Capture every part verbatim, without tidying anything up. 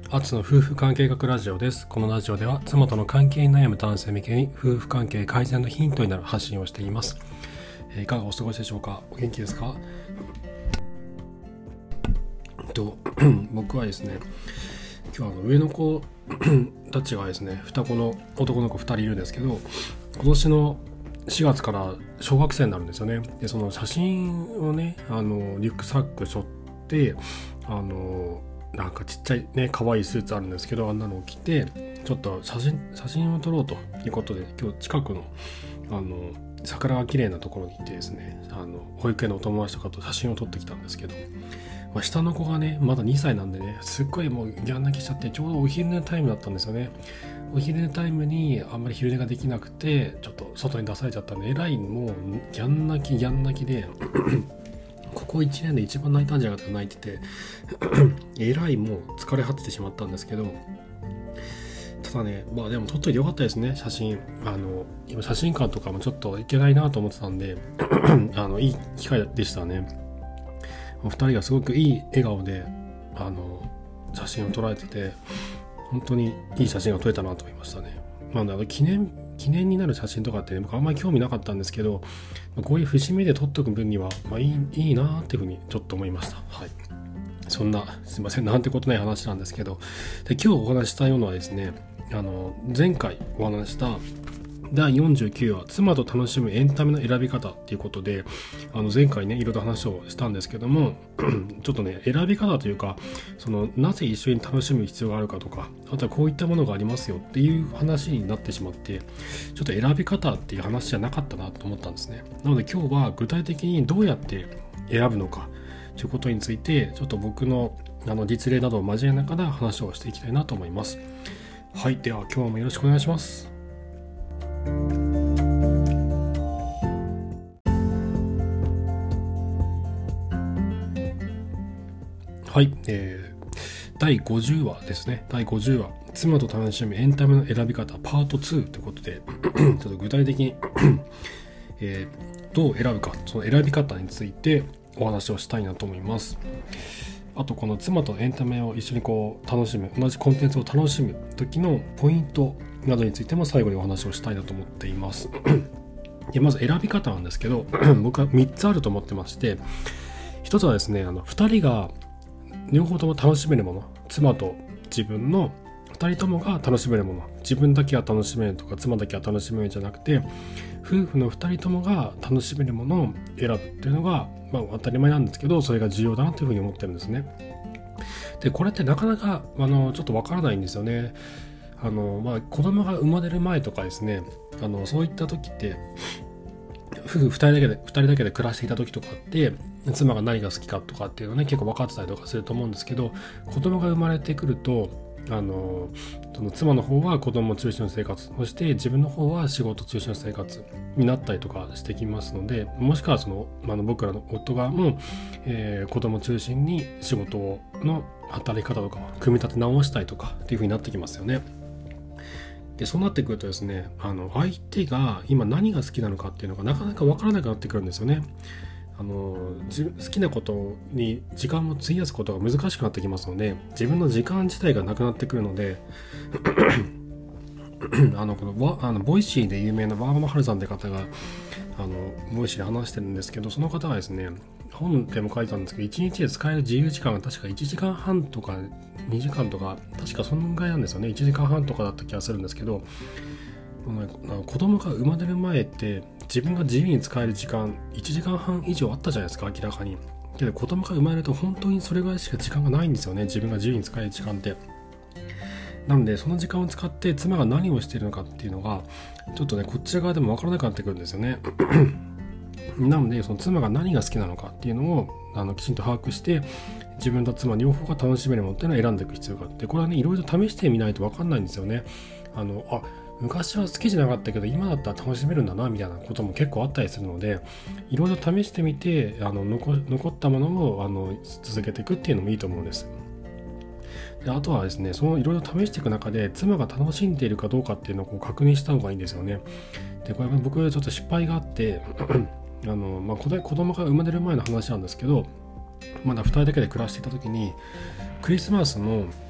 アツの夫婦関係学ラジオです。このラジオでは妻との関係に悩む男性向けに夫婦関係改善のヒントになる発信をしています。えー、いかがお過ごしでしょうか。お元気ですか。と僕はですね、今日はあの上の子たちがですね、双子の男の子ふたりいるんですけど、今年のしがつから小学生になるんですよね。で、その写真をね、あのリュックサック背負って、あのなんかちっちゃいね可愛いスーツあるんですけど、あんなのを着てちょっと写真写真を撮ろうということで、今日近くのあの桜が綺麗なところに行ってですね、あの保育園のお友達とかと写真を撮ってきたんですけど、まあ、下の子がねまだにさいなんでね、すっごいもうギャン泣きしちゃって、ちょうどお昼寝タイムだったんですよね。お昼寝タイムにあんまり昼寝ができなくて、ちょっと外に出されちゃったんで、えらいもうギャン泣きギャン泣きでここいちねんで一番泣いたんじゃなくて泣いててえらいもう疲れ果ててしまったんですけど、ただね、まあでも撮っといてよかったですね、写真。あの今写真館とかもちょっと行けないなと思ってたんであのいい機会でしたね。お二人がすごくいい笑顔であの写真を撮られてて、本当にいい写真が撮れたなと思いましたね。まあ、あの記念記念になる写真とかって、ね、僕あんまり興味なかったんですけど、こういう節目で撮っておく分には、まあ、いい、いいなっていうふうにちょっと思いました。はい。そんな、すいません、なんてことない話なんですけど、で今日お話ししたいのはですね、あの前回お話しただいよんじゅうきゅうわ、妻と楽しむエンタメの選び方っていうことで、あの前回ねいろいろ話をしたんですけどもちょっとね選び方というか、そのなぜ一緒に楽しむ必要があるかとか、あとはこういったものがありますよっていう話になってしまって、ちょっと選び方っていう話じゃなかったなと思ったんですね。なので今日は具体的にどうやって選ぶのかということについて、ちょっと僕のあの実例などを交えながら話をしていきたいなと思います。はい、では今日もよろしくお願いします。はい、えー、だいごじゅうわですね。だいごじゅうわ、妻と楽しむエンタメの選び方パートツーということでちょっと具体的に、えー、どう選ぶか、その選び方についてお話をしたいなと思います。あとこの妻とエンタメを一緒にこう楽しむ、同じコンテンツを楽しむ時のポイントなどについても最後にお話をしたいなと思っていますでまず選び方なんですけど僕はみっつあると思ってまして、ひとつはですね、あのふたりが両方とも楽しめるもの、妻と自分のふたりともが楽しめるもの、自分だけは楽しめるとか妻だけは楽しめるんじゃなくて、夫婦のふたりともが楽しめるものを選ぶっていうのが、まあ、当たり前なんですけど、それが重要だなというふうに思ってるんですね。でこれってなかなかあのちょっとわからないんですよね。あの、まあ、子供が生まれる前とかですね、あのそういった時って夫婦ふたりだけでふたりだけで暮らしていた時とかって、妻が何が好きかとかっていうのね結構分かってたりとかすると思うんですけど、子供が生まれてくるとあのその妻の方は子供中心の生活、そして自分の方は仕事中心の生活になったりとかしてきますので、もしくはその、まあ、僕らの夫側も、えー、子供中心に仕事の働き方とかを組み立て直したりとかっていう風になってきますよね。でそうなってくるとですね、あの相手が今何が好きなのかっていうのがなかなか分からなくなってくるんですよね。あの好きなことに時間を費やすことが難しくなってきますので、自分の時間自体がなくなってくるのであのこのあのボイシーで有名なワーママハルさんって方があのボイシーで話してるんですけど、その方がですね、本でも書いたんですけど、いちにちで使える自由時間が確かいちじかんはんとかにじかんとか、確かそのぐらいなんですよね。いちじかんはんとかだった気がするんですけど、子供が生まれる前って自分が自由に使える時間いちじかんはん以上あったじゃないですか、明らかに。けど子供が生まれると本当にそれぐらいしか時間がないんですよね、自分が自由に使える時間って。なのでその時間を使って妻が何をしているのかっていうのがちょっとねこっち側でも分からなくなってくるんですよねなのでその妻が何が好きなのかっていうのをあのきちんと把握して、自分と妻両方が楽しめるものっていうのを選んでいく必要があって、これはねいろいろ試してみないと分かんないんですよね。あのあ昔は好きじゃなかったけど今だったら楽しめるんだなみたいなことも結構あったりするので、いろいろ試してみてあの 残, 残ったものをあの続けていくっていうのもいいと思うんです。であとはですね、そのいろいろ試していく中で妻が楽しんでいるかどうかっていうのをこう確認した方がいいんですよね。でこれ僕ちょっと失敗があってあの、まあ、子供が生まれる前の話なんですけど、まだふたりだけで暮らしていた時にクリスマスの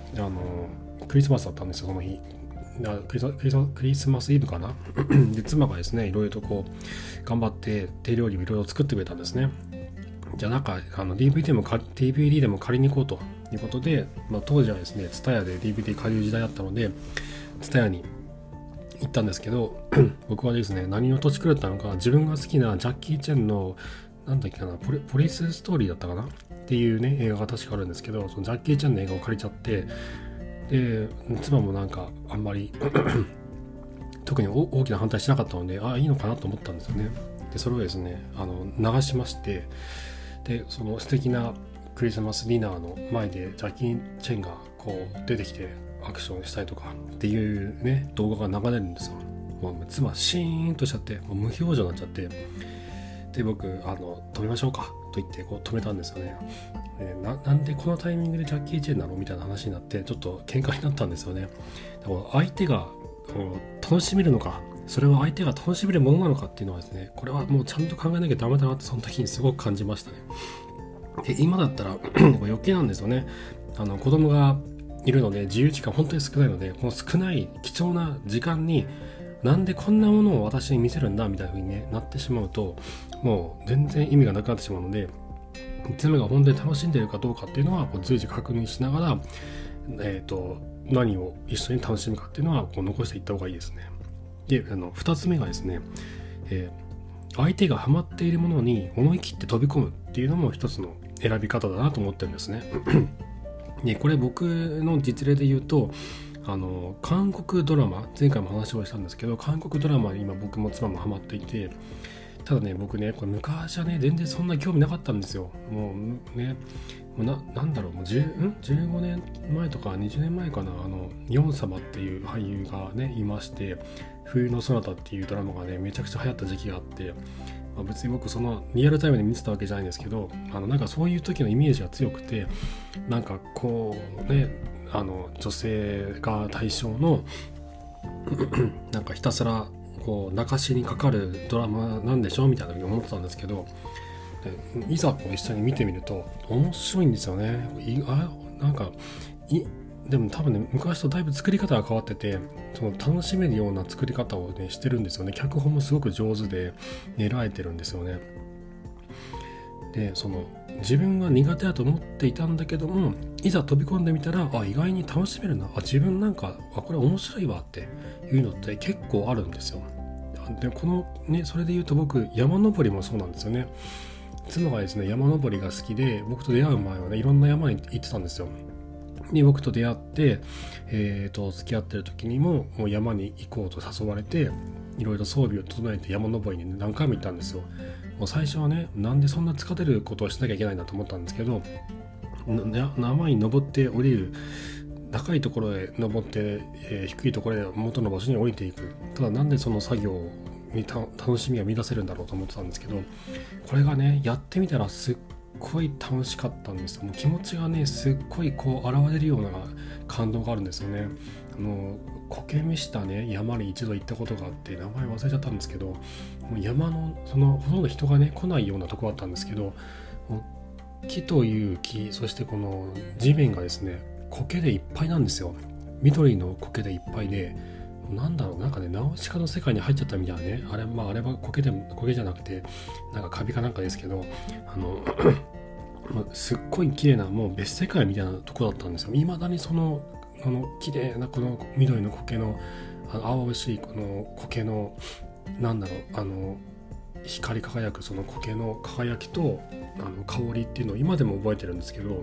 あのクリスマスだったんですよ、その日。クリスクリスクリスマスイブかなで妻がですねいろいろとこう頑張って手料理をいろいろ作ってくれたんですね。じゃあなんかあの ディーブイディー でも ディーブイディー でも借りに行こうということで、まあ、当時はですね TSUTAYA で ディーブイディー 借りる時代だったので TSUTAYA に行ったんですけど僕はですね何をとち狂ったのか、自分が好きなジャッキー・チェンのなんだっけかなポリ、ポリスストーリーだったかなっていうね映画が確かあるんですけど、そのジャッキー・チェンの映画を借りちゃって、で妻もなんかあんまり特に大きな反対しなかったので、ああいいのかなと思ったんですよね。でそれをですねあの流しまして、でその素敵なクリスマスディナーの前でジャッキー・チェンがこう出てきてアクションしたりとかっていうね動画が流れるんですよ。もう妻シーンとしちゃって、もう無表情になっちゃって、で僕あの止めましょうかと言ってこう止めたんですよね。で な, なんでこのタイミングでジャッキー・チェンなのみたいな話になってちょっと喧嘩になったんですよね。でも相手が楽しめるのか、それは相手が楽しめるものなのかっていうのはですね、これはもうちゃんと考えなきゃダメだなってその時にすごく感じましたね。で今だったら余計なんですよね。あの子供がいるので自由時間本当に少ないので、この少ない貴重な時間になんでこんなものを私に見せるんだみたいな風に、ね、なってしまうともう全然意味がなくなってしまうので、妻が本当に楽しんでいるかどうかっていうのはこう随時確認しながら、えーと、何を一緒に楽しむかっていうのはこう残していった方がいいですね。であのふたつめがですね、えー、相手がハマっているものに思い切って飛び込むっていうのも一つの選び方だなと思ってるんですね。でこれ僕の実例で言うと、あの韓国ドラマ、前回も話をしたんですけど、韓国ドラマに今僕も妻もハマっていて、ただね僕ねこれ昔はね全然そんな興味なかったんですよ。もうねもう な, なんだろうもうじゅう、んじゅうごねんまえとかにじゅうねんまえかな、あのヨン様っていう俳優がねいまして、冬のそなたっていうドラマがねめちゃくちゃ流行った時期があって、まあ、別に僕そのリアルタイムで見てたわけじゃないんですけど、あのなんかそういう時のイメージが強くて、なんかこうねあの女性が対象のなんかひたすらこう泣かしにかかるドラマなんでしょみたいなふうに思ってたんですけど、でいざこう一緒に見てみると面白いんですよね。いあなんかいでも多分ね昔とだいぶ作り方が変わってて、その楽しめるような作り方をねしてるんですよね。脚本もすごく上手で練られてるんですよね。でその自分は苦手だと思っていたんだけども、いざ飛び込んでみたらあ意外に楽しめるな、あ自分なんかあこれ面白いわっていうのって結構あるんですよ。でこのねそれで言うと僕山登りもそうなんですよね。妻がですね山登りが好きで、僕と出会う前はねいろんな山に行ってたんですよ。で僕と出会って、えー、と付き合ってる時にももう山に行こうと誘われて、いろいろ装備を整えて山登りに、ね、何回も行ったんですよ。もう最初はねなんでそんな疲れることをしなきゃいけないんだと思ったんですけど、山に登って降りる、高いところへ登って、えー、低いところへ元の場所に降りていく、ただなんでその作業にた楽しみが見出せるんだろうと思ってたんですけど、これがねやってみたらすっごい楽しかったんですよ。もう気持ちがねすっごいこう現れるような感動があるんですよね。あの苔見したね山に一度行ったことがあって、名前忘れちゃったんですけど、もう山のそのほとんど人がね来ないようなところだったんですけど、もう木という木、そしてこの地面がですね苔でいっぱいなんですよ。緑の苔でいっぱいで、なんだろうなんかねナウシカの世界に入っちゃったみたいなね、あれまああれは苔でも苔じゃなくてなんかカビかなんかですけど、あのすっごい綺麗なもう別世界みたいなとこだったんですよ。未だにそのあの綺麗なこの緑の苔のあの青々しいこの苔のなんだろうあの光り輝くその苔の輝きとあの香りっていうのを今でも覚えてるんですけど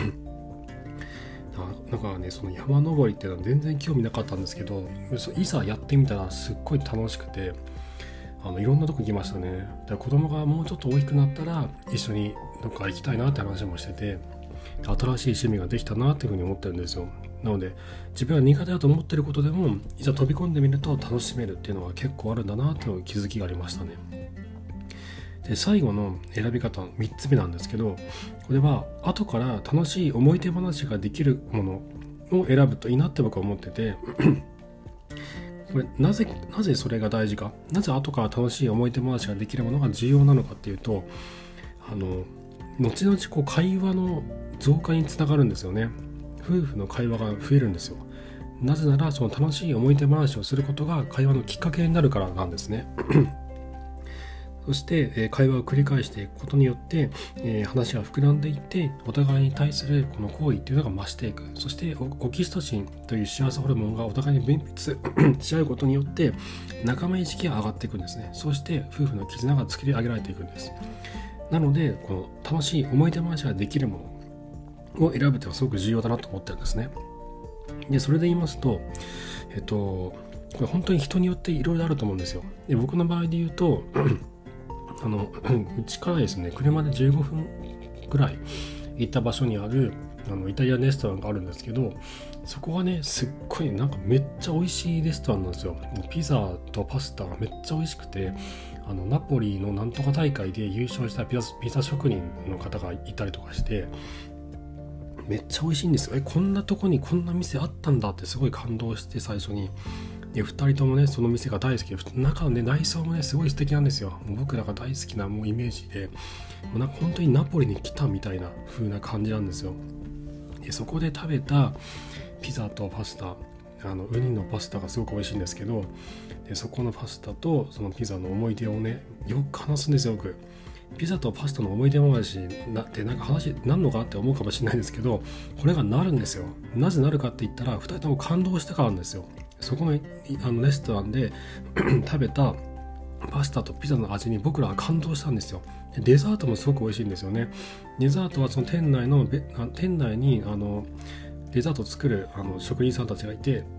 なんかねその山登りっていうのは全然興味なかったんですけど、いざやってみたらすっごい楽しくて、あのいろんなとこ行きましたね。だから子供がもうちょっと大きくなったら一緒にどっか行きたいなって話もしてて、新しい趣味ができたなっていうふうに思ってるんですよ。なので自分は苦手だと思ってることでもいざ飛び込んでみると楽しめるっていうのは結構あるんだなっていう気づきがありましたね。で最後の選び方みっつめなんですけど、これは後から楽しい思い出話ができるものを選ぶといいなって僕は思っててこれなぜなぜそれが大事か、なぜ後から楽しい思い出話ができるものが重要なのかっていうと、あの後々こう会話の増加につながるんですよね。 夫婦の会話が増えるんですよ。なぜならその楽しい思い出話をすることが会話のきっかけになるからなんですね。そして、えー、会話を繰り返していくことによって、えー、話が膨らんでいってお互いに対するこの行為っていうのが増していく。そしてオキシトシンという幸せホルモンがお互いに分泌し合うことによって仲間意識が上がっていくんですね。そして夫婦の絆が作り上げられていくんです。なのでこの楽しい思い出話ができるものを選ぶというのはすごく重要だなと思ってるんですね。でそれで言いますと、えっと、これ本当に人によっていろいろあると思うんですよ。で僕の場合で言うとあのうちからですね車でじゅうごふんぐらい行った場所にあるあのイタリアンレストランがあるんですけど、そこがねすっごいなんかめっちゃ美味しいレストランなんですよ。ピザとパスタがめっちゃ美味しくて、あのナポリのなんとか大会で優勝したピザ、ピザ職人の方がいたりとかしてめっちゃ美味しいんですよ。えこんなとこにこんな店あったんだってすごい感動して、最初にでふたりともねその店が大好きで、中のね内装もねすごい素敵なんですよ。もう僕らが大好きなもうイメージで、もうなんか本当にナポリに来たみたいな風な感じなんですよ。でそこで食べたピザとパスタ、あのウニのパスタがすごく美味しいんですけど、でそこのパスタとそのピザの思い出をねよく話すんですよ。僕ピザとパスタの思い出話なってなんか話なんのかって思うかもしれないですけど、これがなるんですよ。なぜなるかって言ったらふたりとも感動したからなんですよ。そこの、あのレストランで食べたパスタとピザの味に僕らは感動したんですよ。でデザートもすごく美味しいんですよね。デザートはその店内の店内にあのデザートを作るあの職人さんたちがいて、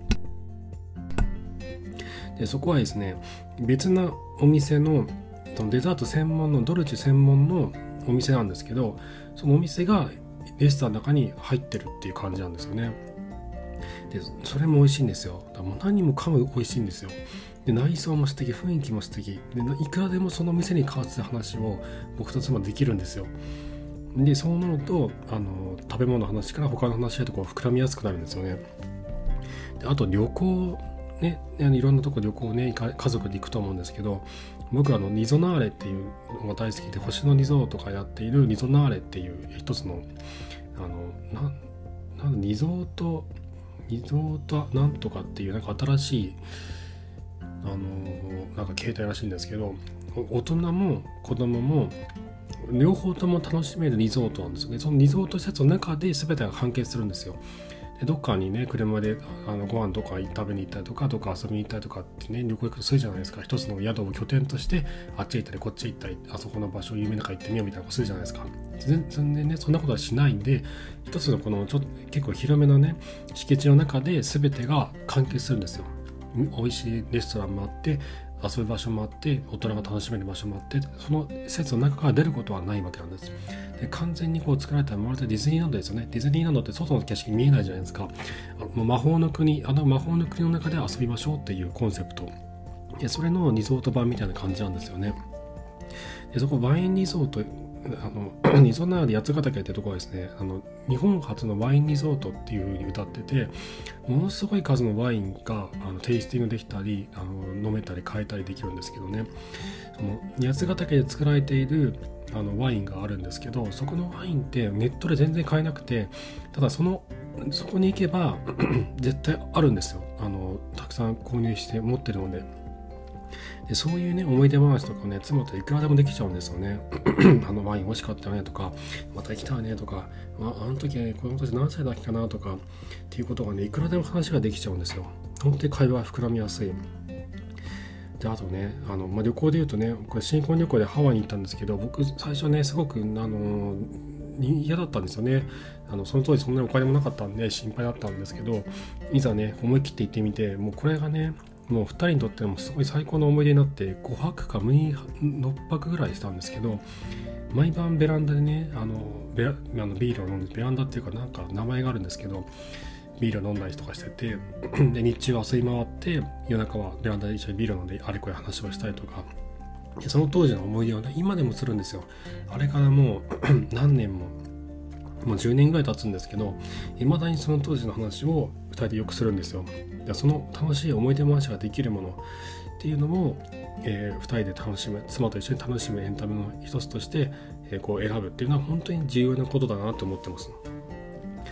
でそこはですね別なお店のデザート専門のドルチェ専門のお店なんですけど、そのお店がレストランの中に入ってるっていう感じなんですよね。でそれも美味しいんですよ。だからもう何もかも美味しいんですよ。で内装も素敵、雰囲気も素敵で、いくらでもその店に関する話を僕と妻できるんですよ。でそうなるとあの食べ物の話から他の話へとこう膨らみやすくなるんですよね。であと旅行ね、いろんなとこ旅行ね家族で行くと思うんですけど、僕はあのリゾナーレっていうのが大好きで、星野リゾートがやっているリゾナーレっていう一つのあのななリゾートリゾートなんとかっていうなんか新しいあのなんか形態らしいんですけど、大人も子供も両方とも楽しめるリゾートなんですよね。そのリゾート施設の中で全てが完結するんですよ。でどっかにね車であのご飯とか食べに行ったりとかどっか遊びに行ったりとかってね旅行行くとするじゃないですか。一つの宿を拠点としてあっち行ったりこっち行ったり、あそこの場所有名なから行ってみようみたいなことするじゃないですか。全然ねそんなことはしないんで、一つのこのちょっと結構広めなね敷地の中で全てが完結するんですよ。美味しいレストランもあって遊ぶ場所もあって大人が楽しめる場所もあって、その施設の中から出ることはないわけなんです。で完全にこう作られたまるでディズニーランドですよね。ディズニーランドって外の景色見えないじゃないですか。あの魔法の国あの魔法の国の中で遊びましょうっていうコンセプトで、それのリゾート版みたいな感じなんですよね。でそこワインリゾートあのリゾナーレ八ヶ岳ってところはですね、あの日本初のワインリゾートっていう風に歌ってて、ものすごい数のワインがあのテイスティングできたりあの飲めたり買えたりできるんですけどね、その八ヶ岳で作られているあのワインがあるんですけど、そこのワインってネットで全然買えなくて、ただそのそこに行けば絶対あるんですよ。あのたくさん購入して持ってるので。でそういうね思い出話とかね妻といくらでもできちゃうんですよね。あのワイン美味しかったよねとか、また行きたいねとか、あ, あの時子供たち何歳だっけかなとかっていうことがねいくらでも話ができちゃうんですよ。本当に会話が膨らみやすい。であとねあの、まあ、旅行で言うとね、これ新婚旅行でハワイに行ったんですけど、僕最初ねすごくあの嫌だったんですよね。あのその当時そんなにお金もなかったんで心配だったんですけど、いざね思い切って行ってみて、もうこれがねもうふたりにとってもすごい最高の思い出になって、ごはくかろっぱくぐらいしたんですけど、毎晩ベランダでねあのベラあのビールを飲んで、ベランダっていうかなんか名前があるんですけど、ビールを飲んだりとかしててで日中は遊び回って夜中はベランダで一緒にビールを飲んであれこれ話をしたりとか、でその当時の思い出をね今でもするんですよ。あれからもう何年ももうじゅうねんぐらい経つんですけど、未だにその当時の話をふたりでよくするんですよ。でその楽しい思い出話ができるものっていうのを、えー、ふたりで楽しむ、妻と一緒に楽しむエンタメの一つとして、えー、こう選ぶっていうのは本当に重要なことだなと思ってます。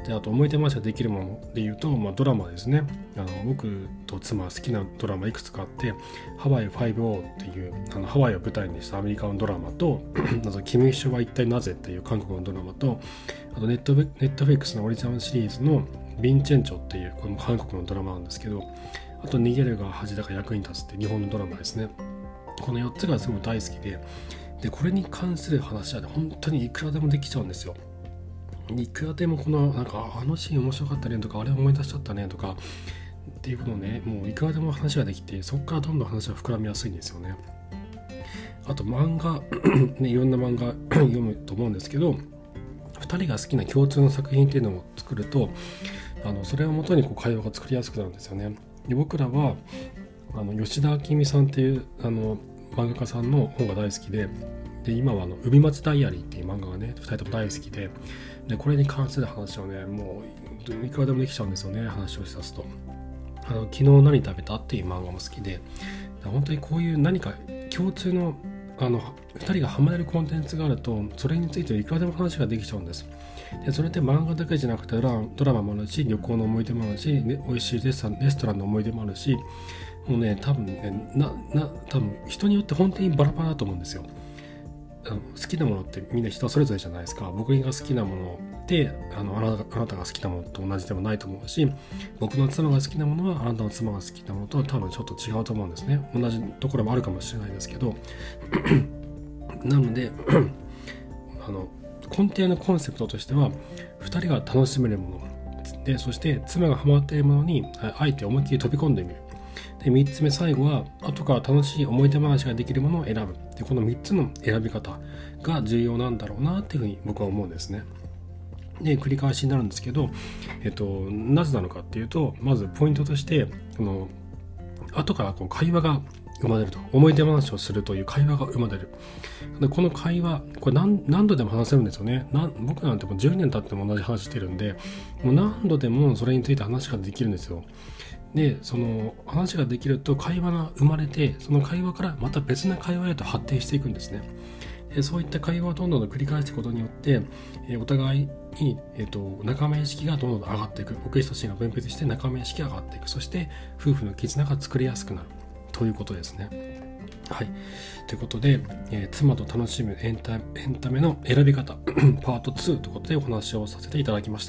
で、あと思い出話ができるもので言うと、まあ、ドラマですね。あの僕と妻好きなドラマいくつかあって、ハワイ ファイブオー っていうあのハワイを舞台にしたアメリカのドラマとあと君一緒は一体なぜっていう韓国のドラマと、あとネットネットフリックスのオリジナルシリーズのヴィンチェンチョっていうこれも韓国のドラマなんですけど、あと逃げるが恥だか役に立つって日本のドラマですね。このよっつがすごく大好きで、でこれに関する話は、ね、本当にいくらでもできちゃうんですよ。いくらでもこのなんかあのシーン面白かったねとか、あれ思い出しちゃったねとかっていうことをね、もういくらでも話ができて、そこからどんどん話が膨らみやすいんですよね。あと漫画ね、いろんな漫画読むと思うんですけど、ふたりが好きな共通の作品っていうのを作ると、あのそれをもとにこう会話が作りやすくなるんですよね。で僕らはあの吉田明美さんっていうあの漫画家さんの本が大好きで、で今はあの海町ダイアリーっていう漫画がねふたりとも大好きで、でこれに関する話をねもういくらでもできちゃうんですよね。話をしだすと、あの昨日何食べたっていう漫画も好きで、本当にこういう何か共通のあのふたりがハマれるコンテンツがあると、それについていくらでも話ができちゃうんです。でそれって漫画だけじゃなくてドラ、ドラマもあるし、旅行の思い出もあるし、ね、美味しいレストラン、レストランの思い出もあるし、もうね多分ねなな多分人によって本当にバラバラだと思うんですよ。あの好きなものってみんな人それぞれじゃないですか。僕が好きなものってあのあなた、あなたが好きなものと同じでもないと思うし、僕の妻が好きなものはあなたの妻が好きなものと多分ちょっと違うと思うんですね。同じところもあるかもしれないですけどなのであの根底のコンセプトとしては、ふたりが楽しめるもので、そして妻がハマっているものにあえて思いっきり飛び込んでみる。でみっつめ、最後は後から楽しい思い出話ができるものを選ぶ。でこのみっつの選び方が重要なんだろうなっていうふうに僕は思うんですね。で繰り返しになるんですけど、えっと、なぜなのかっていうと、まずポイントとしてこの後からこう会話が生まれると、思い出話をするという会話が生まれる。でこの会話これ 何, 何度でも話せるんですよね。な僕なんてもうじゅうねん経っても同じ話してるんで、もう何度でもそれについて話ができるんですよ。でその話ができると会話が生まれて、その会話からまた別な会話へと発展していくんですね。でそういった会話をどんどん繰り返していくことによって、えお互いに、えー、と仲間意識がどんどん上がっていく。オキシトシンが分泌して仲間意識が上がっていく。そして夫婦の絆が作りやすくなるということですね。はい、ということで、えー、妻と楽しむエンタ、エンタメの選び方パートツーということでお話をさせていただきました。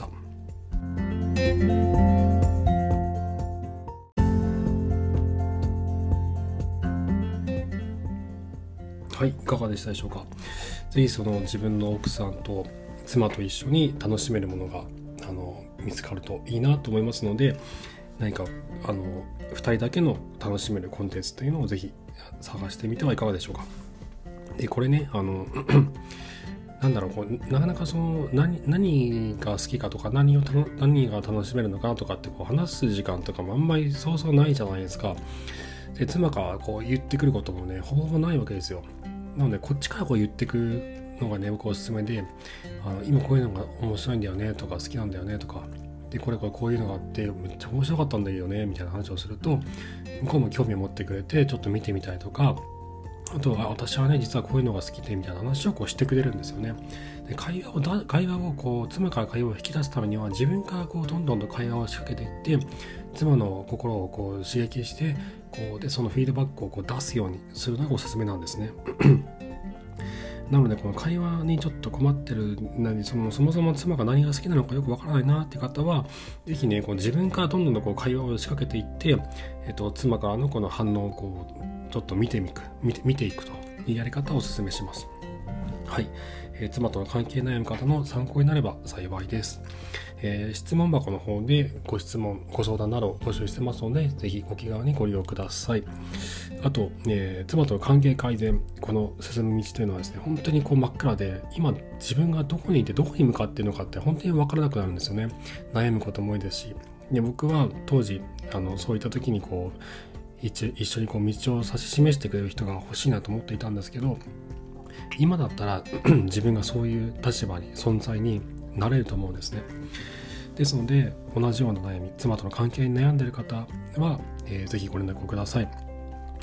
はい、いかがでしたでしょうか。ぜひその自分の奥さんと妻と一緒に楽しめるものがあの見つかるといいなと思いますので、何かあのふたりだけの楽しめるコンテンツというのをぜひ探してみてはいかがでしょうか。でこれねあのなんだろうこうなかなかその 何, 何が好きかとか何を何が楽しめるのかとかってこう話す時間とかもあんまりそうそうないじゃないですか。で妻がこう言ってくることもねほぼほぼないわけですよ。なのでこっちからこう言ってくのがね僕おすすめで、あの今こういうのが面白いんだよねとか好きなんだよねとか、でこれこれこういうのがあってめっちゃ面白かったんだよねみたいな話をすると、向こうも興味を持ってくれてちょっと見てみたいとか、あとは私はね実はこういうのが好きでみたいな話をこうしてくれるんですよね。で会話をだ会話をこう妻から会話を引き出すためには自分からこうどんどんと会話を仕掛けていって、妻の心をこう刺激してこうでそのフィードバックをこう出すようにするのがおすすめなんですね。なのでこの会話にちょっと困ってる何 そ, のそもそも妻が何が好きなのかよくわからないなって方は、ぜひねこう自分からどんどんとこう会話を仕掛けていって、えっと、妻からのこの反応をこうちょっと見てみく見て見ていくというやり方をお勧めします。はい、えー、妻との関係悩む方の参考になれば幸いです。えー、質問箱の方でご質問ご相談などを募集してますので、ぜひお気軽にご利用ください。あと、えー、妻との関係改善、この進む道というのはですね、本当にこう真っ暗で、今自分がどこにいてどこに向かっているのかって本当に分からなくなるんですよね。悩むことも多いですし、で僕は当時あのそういった時にこう一, 一緒にこう道を指し示してくれる人が欲しいなと思っていたんですけど、今だったら自分がそういう立場に存在になれると思うんですね。ですので同じような悩み、妻との関係に悩んでいる方は、えー、ぜひご連絡をください。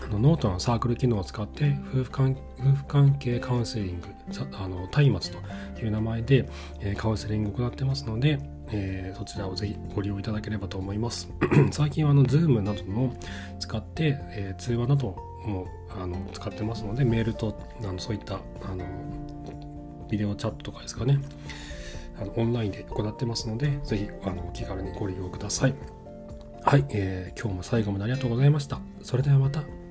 あのノートのサークル機能を使って夫婦関夫婦関係カウンセリング、あの松明という名前で、えー、カウンセリングを行ってますので、えー、そちらをぜひご利用いただければと思います。最近はあの Zoom なども使って、えー、通話などもあの使ってますので、メールとあのそういったあのビデオチャットとかですかね、あのオンラインで行ってますので、ぜひあの気軽にご利用ください。はい、えー、今日も最後までありがとうございました。それではまた。